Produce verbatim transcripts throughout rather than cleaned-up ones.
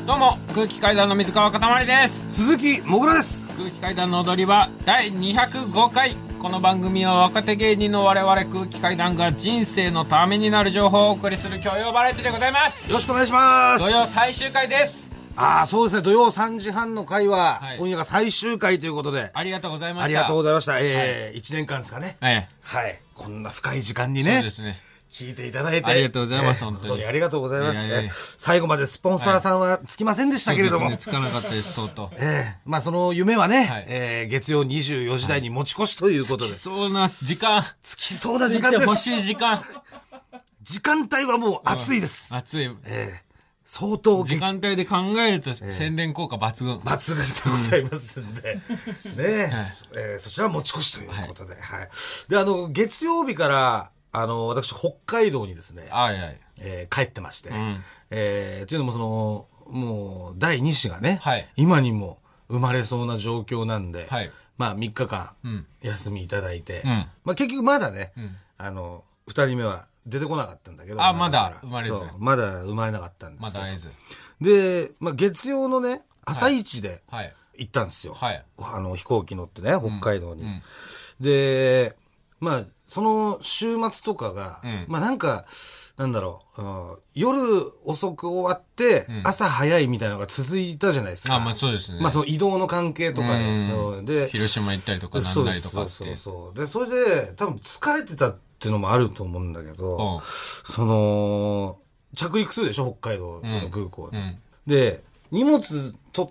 どうも空気階段の水川かたまりです。 鈴木もぐらです。 空気階段の踊り場だいにひゃくごかい。この番組は若手芸人の我々空気階段が人生のためになる情報をお送りする教養バラエティでございます。 よろしくお願いします。 土曜最終回です。 ああ、そうですね。土曜さんじはんの回は、 はい、 今夜が最終回ということで、 ありがとうございました。 ありがとうございました。えーはい、 いちねんかんですかね。 はい、 はい、こんな深い時間にね、 そうですね、 聞いていただいてありがとうございます。 えー、 本当に本当にありがとうございます。 いやいやいや、 最後までスポンサーさんはつきませんでしたけれども、 はい、そうですね、つかなかったですとうとう。 えー、まあその夢はね、 はい、 えー、月曜にじゅうよじ台に持ち越しということで、 つきそうな時間、 つきそうな時間です。 欲しい時間。 時間帯はもう暑いです。 うん、暑い。 えー相当時間帯で考えると宣伝効果抜群、 えー、抜群でございますんで、うん、ねえ、 はい、 えー、そちらは持ち越しということで、はい、はい、であの月曜日からあの私北海道にですね、 はいはい、 えー、帰ってまして、うん、えー、というのもそのもうだいに子がね、はい、今にも生まれそうな状況なんで、はい、まあみっかかん休みいただいて、うん、まあ、結局まだね、うん、あのふたりめは出てこなかったんだけど、 あ、まだ生まれず、 まだ生まれなかったんですけど、 まだ会えずで、まあ、月曜のね朝一で行ったんですよ、 はい、 あの飛行機乗ってね北海道に、うんうん、でまあその週末とかが、うん、まあなんかなんだろう、うん、夜遅く終わって、うん、朝早いみたいなのが続いたじゃないですか。 あ、まあそうですね。 まあその移動の関係とかで、 うん、で広島行ったりとかなんだりとかって、 そうそうそうでそれで多分疲れてたっていうのもあると思うんだけど、その着陸するでしょ北海道の空港で、うん、で荷物取って、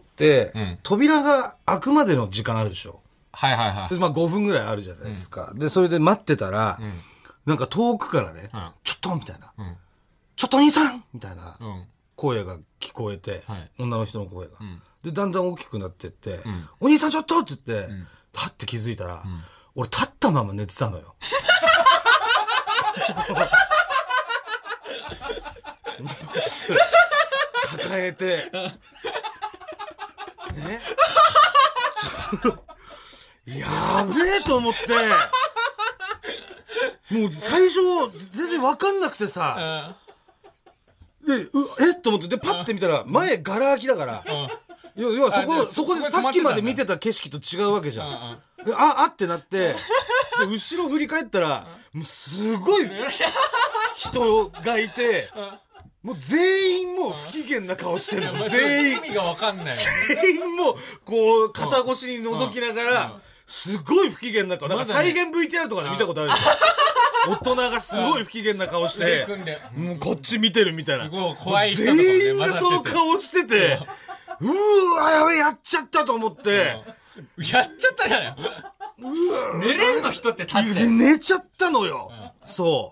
うん、扉が開くまでの時間あるでしょ。 はいはいはい。 でまあごふんぐらいあるじゃないですか、うん、でそれで待ってたら、うん、なんか遠くからね、うん、ちょっとみたいな、うん、ちょっと兄さんみたいな声が聞こえて、うん、女の人の声が、うん、でだんだん大きくなってって、うん、お兄さんちょっとって言って、うん、パッて気づいたら、うん、俺立ったまま寝てたのよ。抱えてねやべえと思ってもう最初全然分かんなくてさ、でうえっと思ってでパッて見たら前ガラ空きだから、要はそこそこでさっきまで見てた景色と違うわけじゃん。でああってなってで後ろ振り返ったらもうすごい人がいて、もう全員もう不機嫌な顔してるの。全員意味が分かんない。全員もこう肩越しに覗きながらすごい不機嫌な顔。なんか再現 ブイティーアール とかで見たことあるでしょ。大人がすごい不機嫌な顔してもうこっち見てるみたいな。すごい怖い人とかもね、全員がその顔しててうーわやべえやっちゃったと思って、 やっちゃったじゃない。寝れんの人って立って寝ちゃったのよ、うん、そう、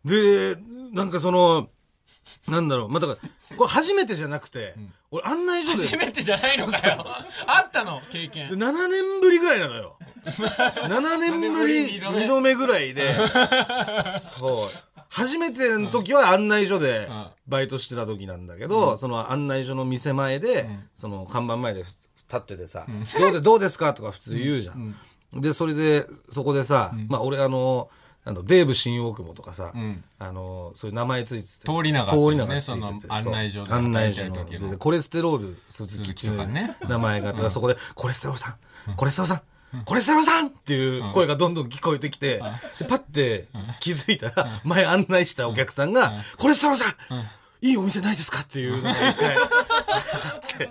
うん、でなんかそのなんだろう、まあ、だからこれ初めてじゃなくて、うん、俺案内所で初めてじゃないのかよ。あったの経験ななねんぶりぐらいなのよ。ななねんぶりにどめぐらいでそう初めての時は案内所でバイトしてた時なんだけど、うん、その案内所の店前で、うん、その看板前で立っててさ、うん、どうでどうですかとか普通言うじゃん、うんうん、でそれでそこでさ、うん、まあ俺あのあのデーブ新大久保とかさ、うん、あのそういう名前ついてて通りながら、ね、通りながらついてて、その案内所で案内所のでコレステロール鈴木っていう名前があって、ね、そこでコレステロールさん、うん、コレステロールさんコレステロールさんっていう声がどんどん聞こえてきて、うん、パッて気づいたら前案内したお客さんが、うん、コレステロールさん、うん、いいお店ないですかっていうのが一回あって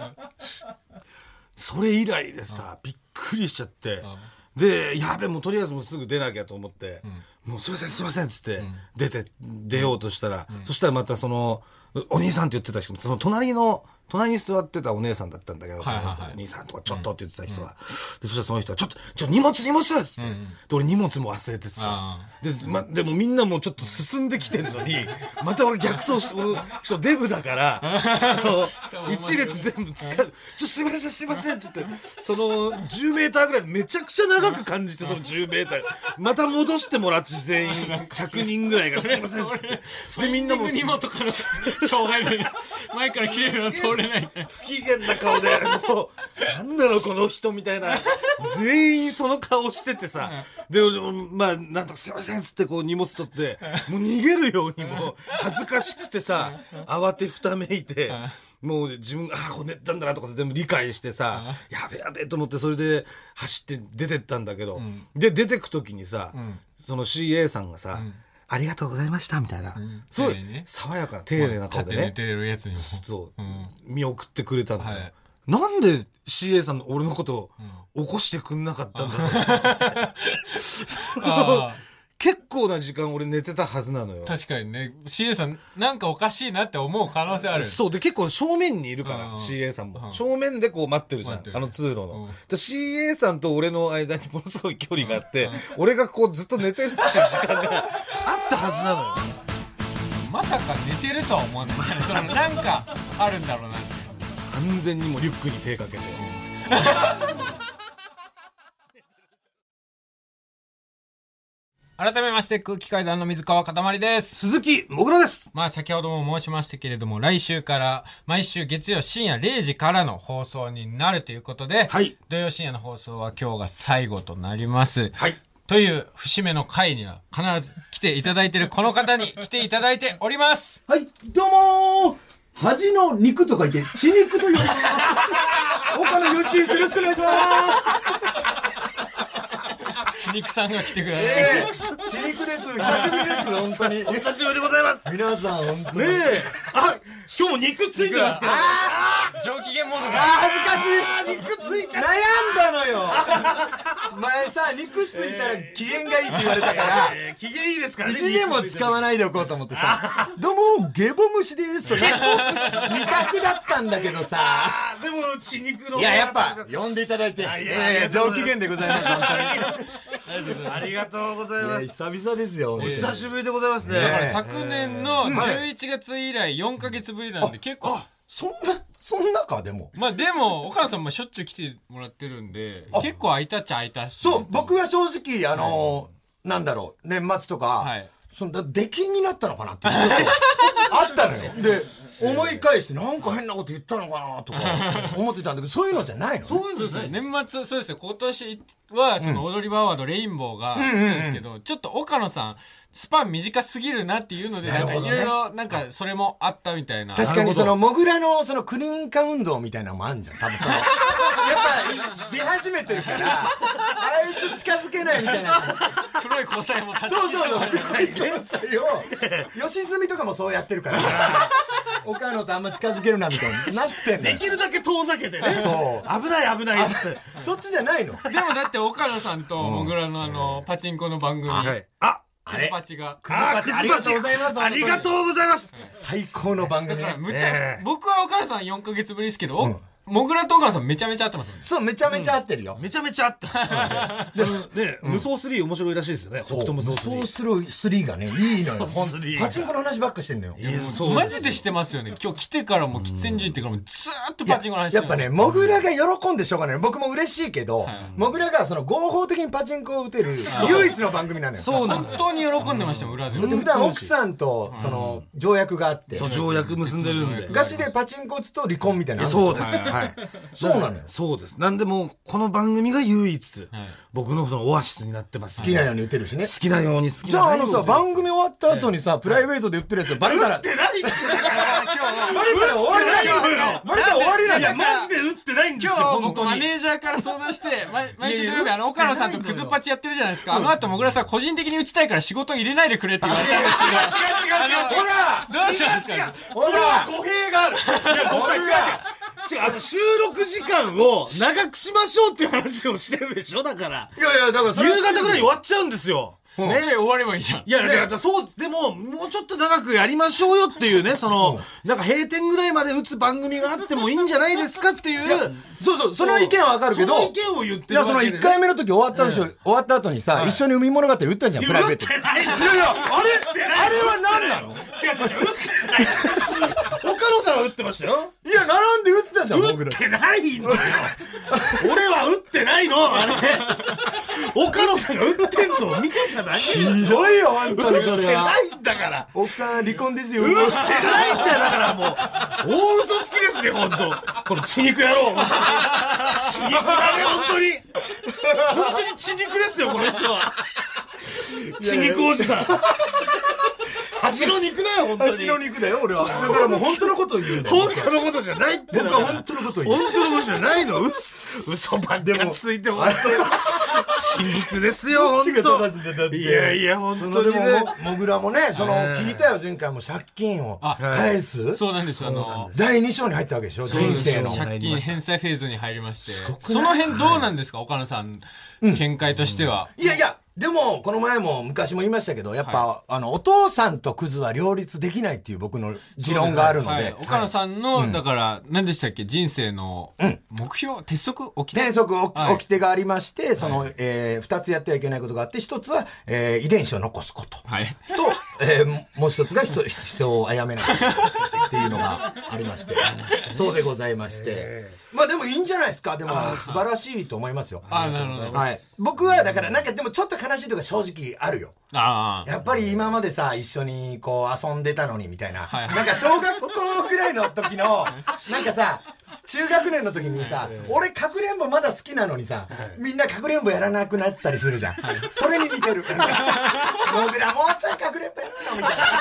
それ以来でさびっくりしちゃって、でやべもうとりあえずもうすぐ出なきゃと思って、うん、もうすいませんすいませんっつって、うん、出て出ようとしたら、うん、そしたらまたそのお兄さんって言ってた人もその隣の隣に座ってたお姉さんだったんだけど、はいはいはい、その兄さんとかちょっとって言ってた人は、うん、でそしたらその人はちょっとちょ荷物荷物っつって、うん、で俺荷物も忘れててさで、ま、でもみんなもうちょっと進んできてんのにまた俺逆走して俺デブだからその一列全部使うちょっとすいませんすいませんって言ってそのじゅうメーターぐらいめちゃくちゃ長く感じてそのじゅうメーターまた戻してもらって全員ひゃくにんぐらいがすいませんっつってでみんなも荷物とかの障害で前から来てるの通れ不機嫌な顔でもうなんだろうこの人みたいな全員その顔しててさ、でまあなんとかすいませんっつってこう荷物取ってもう逃げるようにもう恥ずかしくてさ慌てふためいてもう自分がああこう寝たんだなとか全部理解してさやべやべと思ってそれで走って出てったんだけど、うん、で出てく時にさ、うん、その シーエー さんがさ、うん、ありがとうございましたみたいな、うん、すごい爽やかな丁寧な顔でね、 まあ、立って寝てるやつにもそう、うん、見送ってくれたんだよ、はい、なんで シーエー さんの俺のことを起こしてくんなかったんだろうと思って結構な時間俺寝てたはずなのよ。 確かにね シーエー さんなんかおかしいなって思う可能性ある。 そうで結構正面にいるから シーエー さんも正面でこう待ってるじゃん、あの通路の、うん、シーエー さんと俺の間にものすごい距離があって、うん、俺がこうずっと寝てるっていう時間があったはずなのよ。 まさか寝てるとは思わないそのなんかあるんだろうなって完全にもリュックに手かけて改めまして空気階段の水川かたまりです。 鈴木もぐらです。 まあ先ほども申しましたけれども来週から毎週月曜深夜れいじからの放送になるということで、はい、土曜深夜の放送は今日が最後となります、はい、という節目の回には必ず来ていただいているこの方に来ていただいております。 はいどうもー恥の肉と書いて血肉と呼びます岡野陽一です。よろしくお願いします血肉さんが来てくれる、 えー、血肉です久しぶりです本当にお久しぶりでございます。 皆さん本当にねえあ今日も肉ついてますけど上機嫌者が恥ずかしい肉ついちゃっ悩んだのよ前さ肉ついたら機嫌がいいって言われたから、 えー、機嫌いいですからね。 機嫌も使わないでおこうと思ってさどうもゲボ虫ですと二択だったんだけどさでも血肉のいややっぱ呼んでいただいて、えー、上機嫌でございます本当にありがとうございます。 久々ですよ。 お久しぶりでございますね。 だから昨年のじゅういちがつ以来よんかげつぶりなんで結構そんなそんなかでもまあでも岡野さんもしょっちゅう来てもらってるんで結構空いたっちゃ空いたし。 そう僕は正直あのー、なんだろう年末とか、はい、そんな出禁になったのかなってあったのよ。で思い返してなんか変なこと言ったのかなとか思ってたんだけどそういうのじゃないの、ね、 そういうのですね。年末そうですよ今年はその踊り場アワードレインボーがですけど、うん、ちょっと岡野さんスパン短すぎるなっていうのでなんかいろいろなんかそれもあったみたいな。 確かにそのモグラのそのクリーン化運動みたいなのもあるじゃん多分そのやっぱ出始めてるからあいつ近づけないみたいな黒い交際も立ちそうそうそう黒い交際を吉住とかもそうやってるから岡野とあんま近づけるなみたいになってんの。 できるだけ遠ざけてね。 そう危ない危ないっつってそっちじゃないの。 でもだって岡野さんとモグラのあのパチンコの番組、 はい、あクズパチがクズパチありがとうございますありがとうございます。 最高の番組ね。 むちゃ僕は岡野さんよんかげつぶりですけど、うんモグラと岡野さんめちゃめちゃ合ってますよね。 そうめちゃめちゃ合ってるよ、 うん、めちゃめちゃ合ってますでもね、うん、無双スリー面白いらしいですよね。 そう無双スリーがねいいのよ。パチンコの話ばっかしてんのよ。 マジでしてますよね。今日来てからも喫煙所行ってからもずーっとパチンコの話してる。やっぱねモグラが喜んでしょうがない。僕も嬉しいけど、はい、モグラがその合法的にパチンコを打てる唯一の番組なのよ。 そうなの。本当に喜んでましたもん裏で。 だって普段奥さんとその条約があって、 そう条約結んでるんでガチでパチンコ打つと離婚みたいな。 そうですはいそうなのよ。 そうです。なんでもこの番組が唯一、はい、僕のそのオアシスになってます。 好きなように打てるしね。 好きなように好きな。 じゃああのさ番組終わった後にさ、はい、プライベートで打ってるやつバレたら。 打ってないって。今日バレたら終わりないよ。バレたら終わりない。 いやマジで打ってないんですよ。 今日僕マネージャーから相談して毎週土曜日あの岡野さんとクズパチやってるじゃないですか。あの後もぐらさん個人的に打ちたいから仕事入れないでくれって言われたんですよ。 違う違う違う違う。ほらどうしますか。 それは語弊がある。いや誤解違う違う。違うあの収録時間を長くしましょうっていう話をしてるでしょ。だからいやいやだから夕方ぐらいに終わっちゃうんですよ。 ね、終わればいいじゃん。 いや、いや、そう、でも、もうちょっと長くやりましょうよっていうね、その、なんか閉店ぐらいまで打つ番組があってもいいんじゃないですかっていう。 そうそう、その意見はわかるけど、 その意見を言ってる。 いや、そのいっかいめの時終わったでしょ、終わった後にさ、一緒に海物語打ったじゃん、プライベート。 打ってない。いやいや、あれ、あれは何なの？違う違う、 打ってない。岡野さんは打ってましたよ。 いや、並んで打ってたじゃん、 打ってないのよ。俺は打ってないの、あれ。岡野さんが打ってんのを見てただけ。 ひどいよ、本当にそれは。 打ってないんだから。 奥さん離婚ですよ。 打ってないんだよ、だからもう。大嘘つきですですよ、本当この血肉野郎。血肉だね、本当に。本当に血肉ですよ、この人は。血肉おじさん。恥の肉だよ、本当に。 恥の肉だよ、俺は。だからもう本当のことを言うんだよ。 本当のことじゃないって。 僕は本当のことを言う。 本当のことじゃないの。嘘ばっかついても。血肉ですよ、本当。いやいや、本当にね。 でも、もぐらもね、その、聞いたよ、前回も借金を返す。 そうなんですよ、あの、 だいに章に入ったわけでしょ、人生の。 借金返済フェーズに入りまして。その辺どうなんですか、岡野さん、見解としては。 いやいや、でも、この前も昔も言いましたけど、やっぱ、はい、あの、お父さんとクズは両立できないっていう僕の持論があるので。はい、 岡野さんの、はい、だから、何でしたっけ、人生の目標、うん、鉄則起きて鉄則起き、はい、起きてがありまして、その、はい、えー、二つやってはいけないことがあって、一つは、えー、遺伝子を残すこと。はい。と、えー、もう一つが人、人を殺めないっていうのがありまして。そうでございまして。まあでもいいんじゃないですか。でも、素晴らしいと思いますよ。 あ、なるほど。 はい。僕は、だから、なんかでもちょっと悲しいとか正直あるよ。ああ。やっぱり今までさ、一緒にこう遊んでたのにみたいな。はい、なんか小学校ぐらいの時の、なんかさ、中学年の時にさ、俺かくれんぼまだ好きなのにさ、みんなかくれんぼやらなくなったりするじゃん。それに似てる。僕らもうちょいかくれんぼやるのみたいな。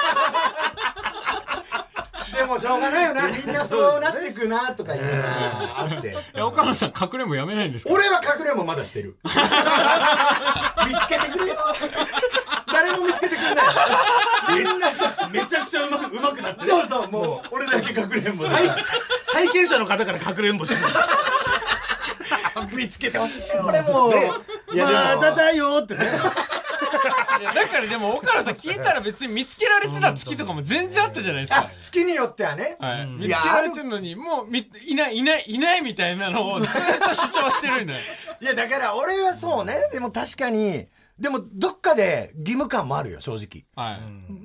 でもしょうがないよな、みんなそうなってくなとかいうのがあって。 いや、岡野さん、かくれんぼやめないんですか？ 俺はかくれんぼまだしてる。見つけてくれよ。誰も見つけてくれない。みんなさ、 めちゃくちゃうまく、うまくなって。 そうそう、もう、俺だけかくれんぼ。 債権者の方からかくれんぼしてる。 見つけてほしい。俺もう、 いや、まだだよってね。 だからでも岡野さん聞いたら別に見つけられてた月とかも全然あったじゃないですか。 月によってはね。 はい。見つけられてるのに、もうみ、いない、いない、いないみたいなのをずっと主張してるんだよ。 いや、だから俺はそうね。でも確かに、でもどっかで義務感もあるよ、正直。はい。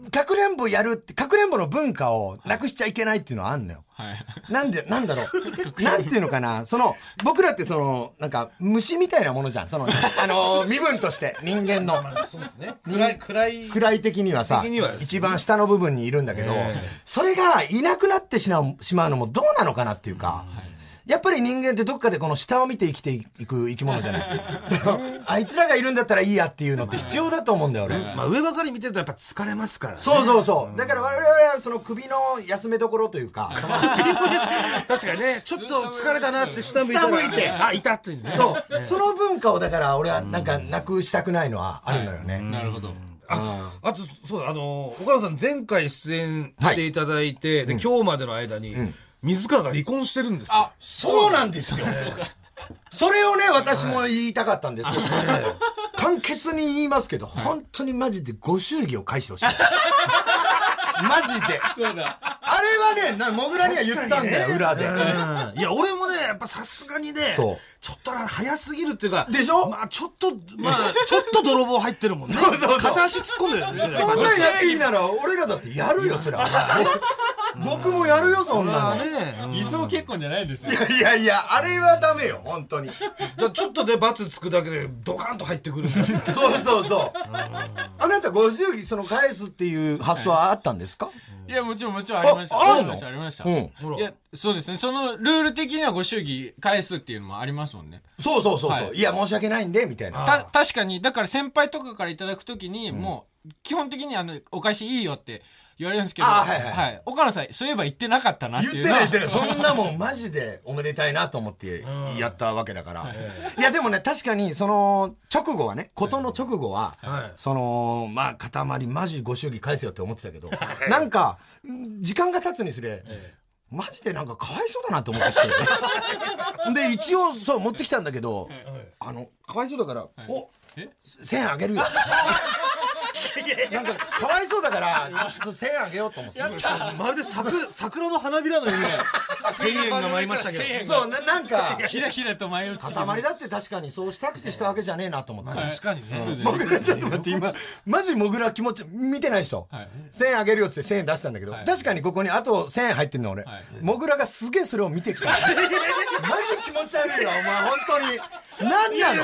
かくれんぼやるって、かくれんぼの文化をなくしちゃいけないっていうのはあんのよ。はい。なんで、なんだろう。なんていうのかな。その、僕らってその、なんか、虫みたいなものじゃん。その、あのー、身分として、人間の。まあ、そうですね。暗い、暗い。暗い的にはさ、一番下の部分にいるんだけど、それがいなくなってしまう、しまうのもどうなのかなっていうか、やっぱり人間ってどっかでこの下を見て生きていく生き物じゃない。そのあいつらがいるんだったらいいやっていうのって必要だと思うんだよ俺。 まあ上ばかり見てるとやっぱ疲れますからね。 そうそうそう。だから我々はその首の休めどころというか。 確かにね、ちょっと疲れたなって下向いて。下向いて。あ、いたっていうね。 そう。その文化をだから俺はなんかなくしたくないのはあるのよね。 なるほど。 あ、あと、そうだ、あの、岡野さん前回出演していただいて、で、今日までの間に、水川が離婚してるんですよ。あ、 そうなんですよ。それをね、私も言いたかったんですよ。簡潔に言いますけど、本当にマジでご祝儀を返してほしい。マジで。そうだ。あれはね、な、もぐらには言ったんだよ、裏で。 いや、俺もね、やっぱさすがにね、そうちょっと早すぎるっていうか、 でしょ？ まあちょっと、まあちょっと泥棒入ってるもんね。そうそうそう。片足突っ込んでるね。 そんなんやっていいなら、俺らだってやるよ、それは。僕もやるよ、そんなの。 ね。偽装結婚じゃないですよ。 いやいやいや、あれはダメよ、本当に。 じゃあちょっとで罰つくだけでドカンと入ってくるんだ。 そうそうそう。あなたご祝儀その返すっていう発想はあったんですか？ いや、もちろんもちろんありました。あるの？ありました。うん。いや、そうですね。そのルール的にはご祝儀返すっていうのもありますもんね。 そうそうそうそう。いや、申し訳ないんで、みたいな。 た、確かに、だから先輩とかからいただくときに、もう、基本的にあの、お返しいいよって言われるんですけど、はいはい。はい。岡野さん、そういえば言ってなかったなっていう。 言ってない言ってない。そんなもんマジでおめでたいなと思ってやったわけだから。いや、でもね、確かに、その、直後はね、ことの直後は、その、まあ、塊、マジご祝儀返せよって思ってたけど、なんか、時間が経つにつれ、マジでなんかかわいそうだなと思ってきて。で、一応、そう、持ってきたんだけど、あの、かわいそうだから、お、せんえんあげるよ。なんか、かわいそうだから、せんえんあげようと思って。 まるで桜、桜の花びらのように、せんえんが舞いましたけど。 そう、な、なんか、 ひらひらと舞い落ちて。 塊だって確かにそうしたくてしたわけじゃねえなと思って。 確かにね。 もぐら、ちょっと待って、今、マジもぐら気持ち、見てないでしょ。せんえんあげるよってせんえん出したんだけど、確かにここにあとせんえん入ってんの俺。もぐらがすげえそれを見てきた。マジ気持ち悪いわ、お前、本当に。何なの？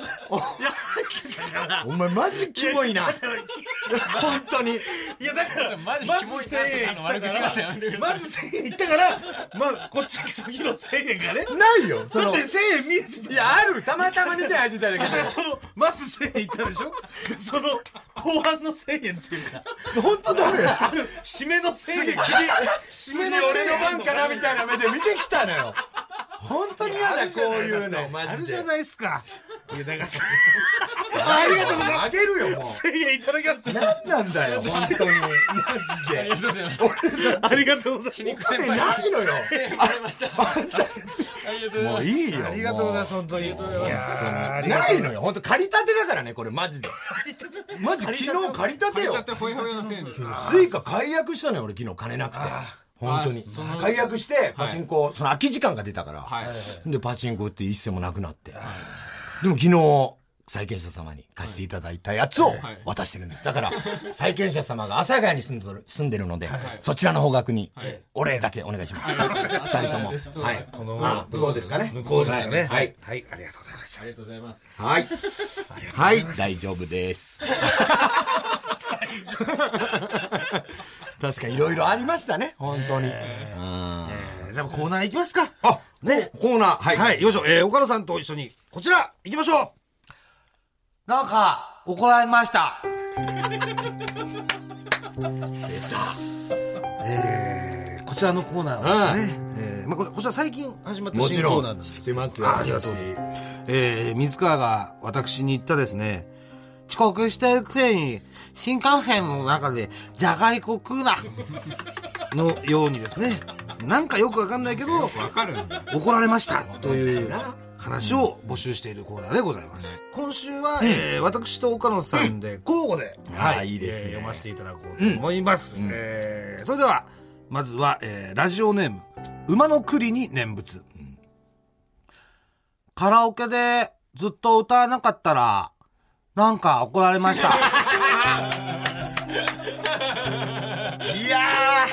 お前マジキモいな。本当に。 いやだから、 マジキモいな。 まずせんえんいったから、まずせんえんいったから、 まあこっちの次のせんえんがねないよ。 だってせんえん見えてた。 いや、ある。たまたまにせんえん入ってただけで。 そのまずせんえんいったでしょ。その後半のせんえんっていうか、 本当だよ。 締めのせんえん、 次、次、次俺の番かなみたいな目で見てきたのよ。本当に嫌だ、こういうの。マジで。 あるじゃないですか。いや、だからありがとうございます。 あげるよ、もう。 せんえんいただきます。 何なんだよ、本当に。マジで。 ありがとうございます。 皮肉先輩ないのよ。もういいよ。 ありがとうございます、本当に。いやないのよ、本当借りたてだからね、これマジで。マジ昨日借りたてよ。 だってホイホイのせいですスイカ解約したのよ、俺昨日金なくて。本当に解約してパチンコ、その空き時間が出たから、でパチンコって一銭もなくなって、でも昨日債権者様に貸していただいたやつを渡してるんです。だから債権者様が阿佐ヶ谷に住んでる住んでるので、そちらの方角にお礼だけお願いします。二人とも。はい。この向こうですかね。 向こうですかね。 はいはい、ありがとうございました。 ありがとうございます。 はい。はい、大丈夫です。確かにいろいろありましたね、本当に。 えー、じゃあコーナー行きますか。 あ、ね、コーナー。はい。 はい、よいしょ。えー、岡野さんと一緒に、こちら、行きましょう。 なんか、怒られました。 えー、こちらのコーナーはですね、えー、まあ、こちら最近始まった新コーナーなんですけど。 すいません。 ありがとうございます。えー、水川が私に言ったですね、遅刻してるくせに新幹線の中でじゃがりこ食うなのようにですね、なんかよくわかんないけどわかるんだ。 怒られましたという話を募集しているコーナーでございます。今週は、えー、私と岡野さんで交互で、 はい、いいですね、 えー、読ませていただこうと思います。うん、えー、それではまずは、えー、ラジオネーム馬の栗に念仏、うん、カラオケでずっと歌わなかったらなんか怒られました。 いや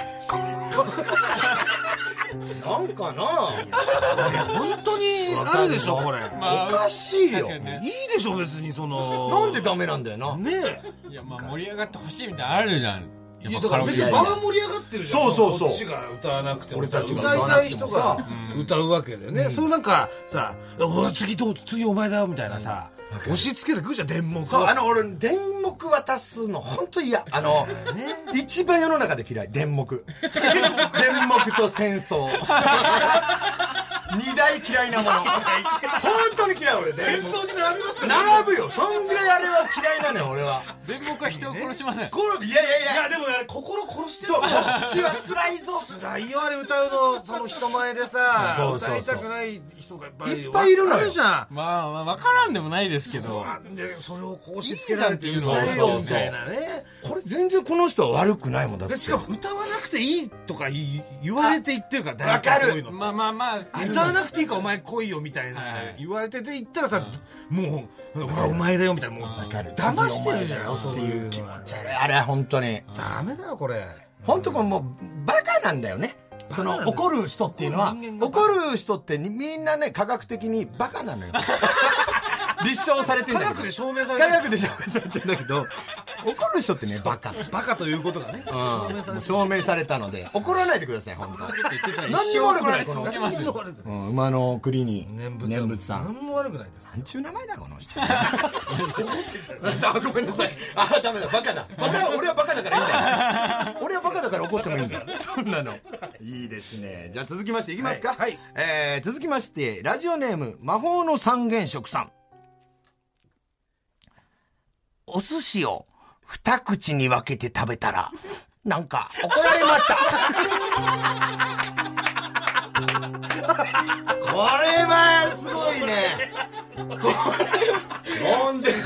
ーなんかな、 本当にあるでしょこれ。 おかしいよ。 ね、 いいでしょ別にその。 なんでダメなんだよな。 ねえ。いやまあ盛り上がってほしいみたいなのあるじゃん。 いやだから別に場が盛り上がってるじゃん。 そうそうそう。 こっちが歌わなくても俺たちが歌いたい人が歌うわけだよね。うん、そうなんかさ、次どう次お前だよみたいなさ。押し付けてくるじゃん電目。 そう、あの俺電目渡すの本当嫌。あの、ね、一番世の中で嫌い電目。電目と戦争。二大嫌いなもの。本当に嫌い俺。 戦争に並びますか？ 並ぶよ。そんぐらいあれは嫌いなのよ俺は。 電目は人を殺しません。いやいやいや。 いやでもあれ心殺してる。 そう。こっちは辛いぞ。 辛いよあれ歌うのその人前でさ。そうそうそう。歌いたくない人がいっぱいいっぱいいるのよ。 じゃん。 まあまあ分からんでもないですけど。 でそれをこうしつけられて歌えよみたいなね。 これ全然この人は悪くないもんだって。 しかも歌わなくていいとか言われて言ってるからわかる。 まあまあまあ歌わなくていいからお前来いよみたいな言われてて言ったらさ、もうほらお前だよみたいな、もう騙してるじゃんっていう気持ち悪い。 あれ本当にダメだよこれ。 本当もうバカなんだよね。その怒る人っていうのは、怒る人ってみんなね科学的にバカなのよ。立証されてるんだけど、 科学で証明されてる、 科学で証明されてるんだけど、怒る人ってねバカバカということがね、 うん、証明されたので怒らないでください本当。何にも悪くない。この、うん、馬の栗に念仏さん、 何も悪くないです。 なんちゅう名前だこの人。あ、ごめんなさい。あ、ダメだバカだ。俺は俺はバカだからいいんだよ。俺はバカだから怒ってもいいんだよ。そんなのいいですね。じゃあ続きましていきますか。 はい、はい、 えー、続きましてラジオネーム魔法の三原色さん。お寿司を二口に分けて食べたらなんか怒られました。これはすごいね。これなんで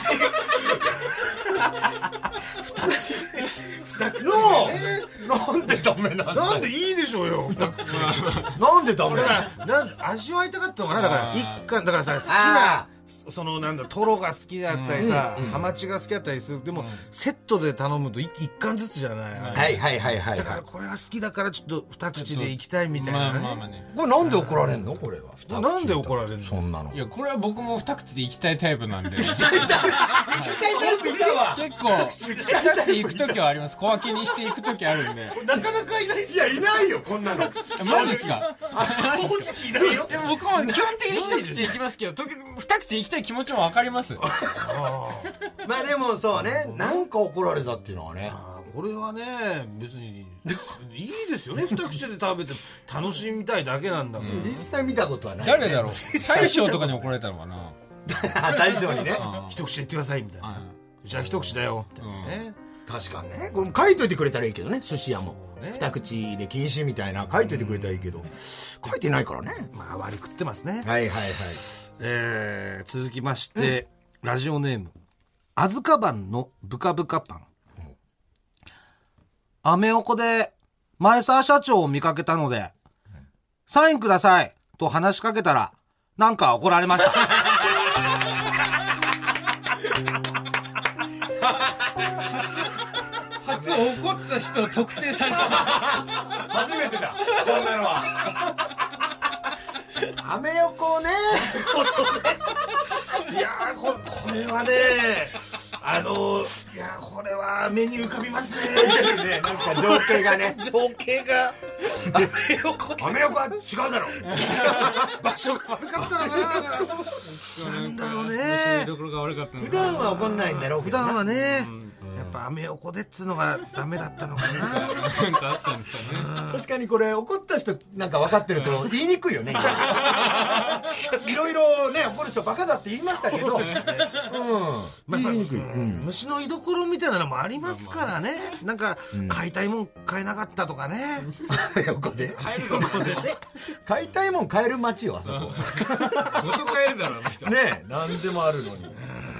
二口のなんでダメなんだ。 なんでいいでしょうよ二口。 なんでダメだからなんで味わいたかったのかな。だから一貫だからさ、好きなそのなんだトロが好きだったりさ、ハマチが好きだったりする。でもセットで頼むと一貫ずつじゃない。 はいはいはいはい。 だからこれは好きだからちょっと二口でいきたいみたいなね。 これなんで怒られんのこれは。 なんで怒られんのそんなの。 いやこれは僕も二口でいきたいタイプなんで。 行きたいタイプ。行きたいタイプいたわ。 結構二口で行く時はあります。小分けにしていく時あるんで。 なかなかいない。いやいないよこんなの。マジですか。 正直いないよ。 でも僕も基本的に一口で行きますけど、時々二口で行きたい気持ちもわかります。 まあでもそうね、なんか怒られたっていうのはね。 これはね別にいいですよね。二口で食べて楽しみたいだけなんだから。 実際見たことはない。 誰だろう。大将とかに怒られたのかな。 大将にね。 一口で言ってくださいみたいな。じゃあ一口だよみたいなね。 確かにね。これ書いといてくれたらいいけどね、寿司屋も。二口で禁止みたいな書いといてくれたらいいけど、書いてないからね。 まあ割り食ってますね。 はいはいはい。 えー、続きまして、うん、ラジオネームあずかばんのブカブカパン、うん、アメ横で前澤社長を見かけたので、うん、サインくださいと話しかけたらなんか怒られました。 初怒った人を特定された。 初めてだこんなのは。アメ横ね。 いやー こ, これはねあのいやこれは目に浮かびますね。 ねなんか情景がね情景がアメ横アメ横は違うだろ場所が悪かったのかな。なんだろうね。 普段は怒んないんだろう普段はね、うんやっぱアメ横でっつうのがダメだったのかな。なんかあったんですかね。 確かにこれ怒った人なんか分かってると言いにくいよね。いろいろね怒る人バカだって言いましたけど、うん、言いにくい、うん、 虫の居所みたいなのもありますからね。なんか、うん、買いたいもん買えなかったとかね。 アメ横で買えるとこでね。 買いたいもん買える街よあそこ。 ごと買えるだろうな人。 ね何でもあるのに。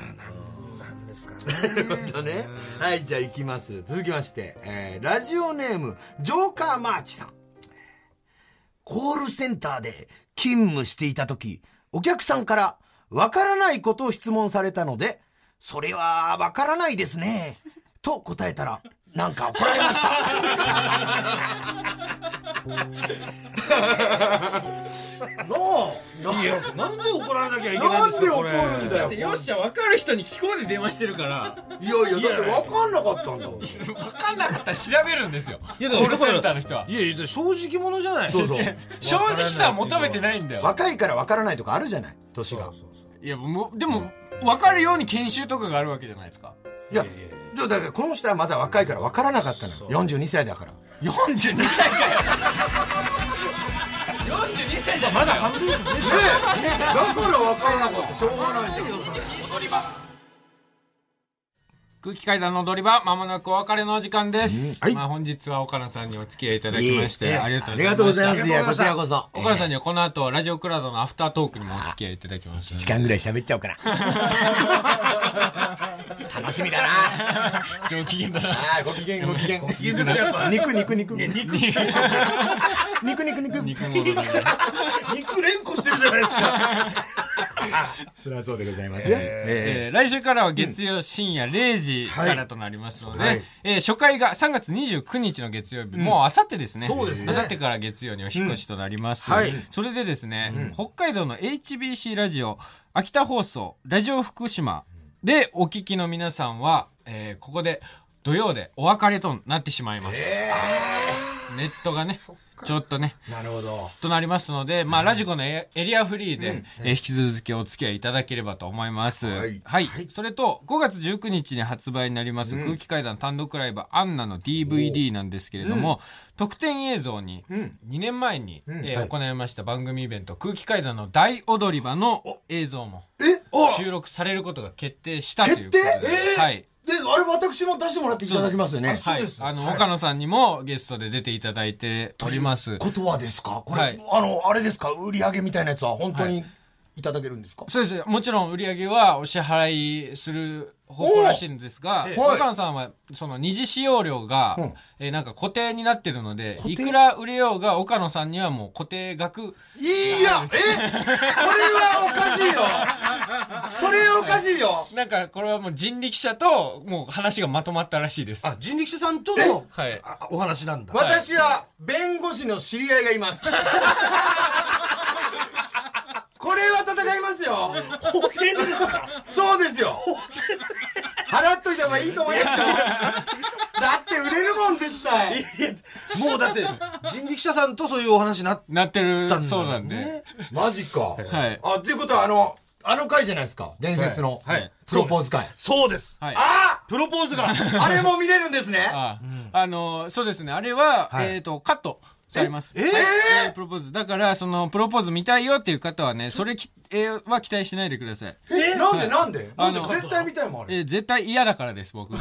なるほどね。はい、じゃあ行きます。続きまして、えー、ラジオネームジョーカーマーチさん。コールセンターで勤務していた時、お客さんからわからないことを質問されたので、それはわからないですねと答えたらなんか怒られました。 のいやなんで怒られなきゃいけないんですか。 なんで怒るんだよ。 よっしゃ分かる人に聞こえで電話してるから。 いやいやだって分かんなかったんだもん。 分かんなかったら調べるんですよ。 いやだからコールセンターの人は。 いやいや正直者じゃない。 そうそう正直さは求めてないんだよ。 若いから分からないとかあるじゃない。年が。そうそうそういやもうでも分かるように研修とかがあるわけじゃないですか。 いやいやだからこの人はまだ若いから分からなかったのよ。よんじゅうにさいだから。 よんじゅうにさいかよ。よんじゅうにさいじゃまだ半分ですね。 だから分からなかったしょうがないじゃん。 踊り場空気階段の踊り場まもなくお別れのお時間です、うんはいまあ、本日は岡野さんにお付き合いいただきまして、えー、ありがとうございました。 ありがとうございます。いやこちらこそ岡野さんにはこの後ラジオクラウドのアフタートークにもお付き合いいただきます。 いちじかんぐらい喋っちゃおうかな。楽しみだな。 上機嫌だな。 あご機嫌ご機嫌ご機嫌ですねやっぱ。 肉肉肉肉肉肉肉肉肉肉連呼してるじゃないですか。 それはそうでございますよ、 えーえー、来週からは月曜深夜れいじからとなりますので、はいえー、初回がさんがつにじゅうくにちの月曜日、うん、もうあさってですね。 そうですね。 あさってから月曜にお引越しとなります、うんはい、それでですね、うん、北海道の エイチビーシー ラジオ秋田放送ラジオ福島でお聞きの皆さんは、えー、ここで土曜でお別れとなってしまいます、えー、ネットがねちょっとねなるほどとなりますので、まあ、ラジコのエリアフリーで、うんえー、引き続きお付き合いいただければと思います、はいはいはい、それとごがつじゅうくにちに発売になります、うん、空気階段単独ライブアンナの ディーブイディー なんですけれども、うん、特典映像ににねんまえに、うんえー、行いました番組イベント空気階段の大踊り場の映像も収録されることが決定したということで、 決定、えー、 はいで、あれ私も出してもらっていただきますよね。 はい。あの、はい、岡野さんにもゲストで出ていただいております。 ことはですかこれ、はい、あの、あれですか売り上げみたいなやつは本当に、はい、 いただけるんですか？ そうです。もちろん売り上げはお支払いする方向らしいんですが、岡野さんはその二次使用料が、うん、えー、なんか固定になってるので、いくら売れようが岡野さんにはもう固定額。 いや、えそれはおかしいよそれはおかしいよ。 なんかこれはもう人力車ともう話がまとまったらしいです。 あ、人力車さんとの、はい、お話なんだ。 私は弁護士の知り合いがいますこれは戦いますよ。 法廷でですか？ そうですよ。払っといた方がいいと思いますよだって売れるもん絶対もうだって人力車さんとそういうお話ななってるそうなんで。 マジか。 はい。 あ、っていうことはあのあの回じゃないですか、伝説の、はいはい、プロポーズ回。 そうです。 はい、あプロポーズがあれも見れるんですね。 あ、うん、あのそうですね、あれは、はい、えっ、ー、とカットされます。 えー、 えー、プロポーズだからそのプロポーズ見たいよっていう方はね、それき、えー、は期待しないでください。 えー、なんでなんで、はい、なんで絶対見たいもんあれ。 えー、絶対嫌だからです僕が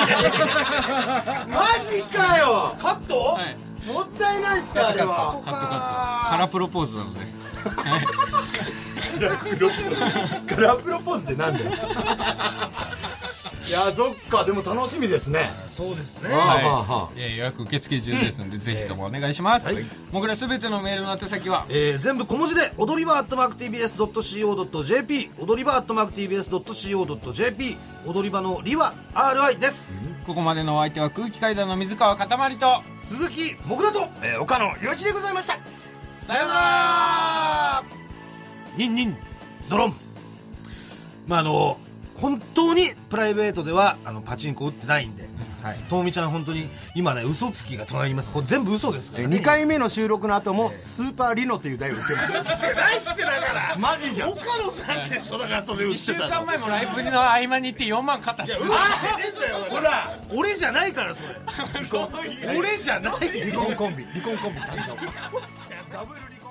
マジかよ。 カット、はい、 もったいないってあれは。 カットカットカラプロポーズなのでカラプロポーズカラプロポーズってなんだよいや、そっか。でも楽しみですね。 そうですね。 はい、えー、予約受付中ですので、うん、ぜひともお願いします。はい、もぐらすべてのメールの宛先は、 えー、全部小文字で踊り場アットマーク ティービーエスドットシーオードットジェーピー 踊り場アットマーク ティービーエスドットシーオードットジェーピー 踊り場のりは アールアイ です。 ここまでのお相手は空気階段の水川かたまりと鈴木もぐらと、 えー、岡野陽一でございました。 さようなら。 ニンニンドロン。まああの本当にプライベートではあのパチンコ打ってないんで、はい、ともみちゃん本当に今ね嘘つきが隣にいます。これ全部嘘ですから、ね、 にかいめの収録の後もスーパーリノという台を打ってます。打ってないってだからマジじゃん。 岡野さんでしょ。だからそれ打ってたの。 いっしゅうかんまえもライブの合間に行ってよんまん買ったっつって。 いや打ってねえんだよほら。俺じゃないからそれ俺じゃない。 離婚コンビ離婚コンビ誕生ダブル離婚